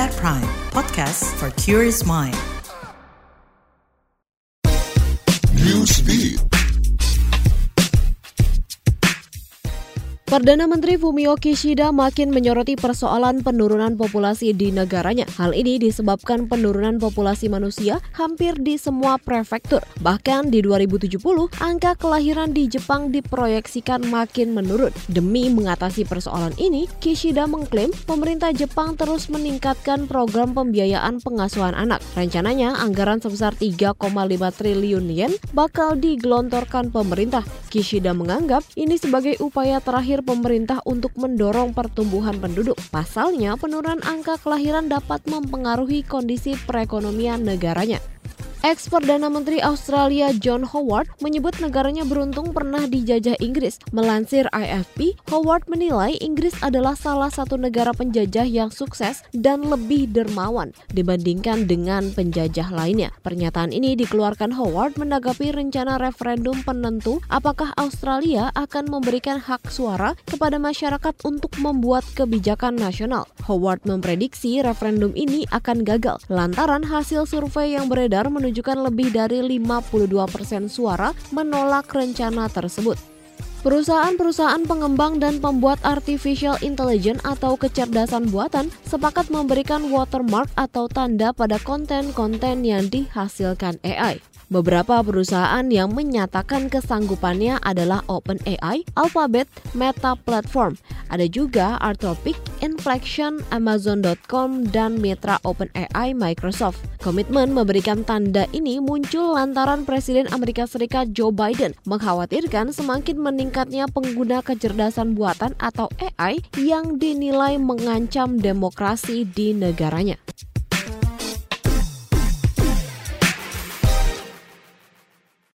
At Prime, podcast for curious mind. Newsbeat. Perdana Menteri Fumio Kishida makin menyoroti persoalan penurunan populasi di negaranya. Hal ini disebabkan penurunan populasi manusia hampir di semua prefektur. Bahkan di 2070, angka kelahiran di Jepang diproyeksikan makin menurun. Demi mengatasi persoalan ini, Kishida mengklaim pemerintah Jepang terus meningkatkan program pembiayaan pengasuhan anak. Rencananya, anggaran sebesar 3,5 triliun yen bakal digelontorkan pemerintah. Kishida menganggap ini sebagai upaya terakhir pemerintah untuk mendorong pertumbuhan penduduk. Pasalnya, penurunan angka kelahiran dapat mempengaruhi kondisi perekonomian negaranya. Ex-Perdana Menteri Australia John Howard menyebut negaranya beruntung pernah dijajah Inggris. Melansir AFP, Howard menilai Inggris adalah salah satu negara penjajah yang sukses dan lebih dermawan dibandingkan dengan penjajah lainnya. Pernyataan ini dikeluarkan Howard menanggapi rencana referendum penentu apakah Australia akan memberikan hak suara kepada masyarakat untuk membuat kebijakan nasional. Howard memprediksi referendum ini akan gagal lantaran hasil survei yang beredar menunjukkan lebih dari 52% suara menolak rencana tersebut. Perusahaan-perusahaan pengembang dan pembuat artificial intelligence atau kecerdasan buatan sepakat memberikan watermark atau tanda pada konten-konten yang dihasilkan AI. Beberapa perusahaan yang menyatakan kesanggupannya adalah OpenAI, Alphabet, Meta Platform. Ada juga Anthropic, Inflection, Amazon.com, dan mitra OpenAI Microsoft. Komitmen memberikan tanda ini muncul lantaran Presiden Amerika Serikat Joe Biden mengkhawatirkan semakin meningkatnya pengguna kecerdasan buatan atau AI yang dinilai mengancam demokrasi di negaranya.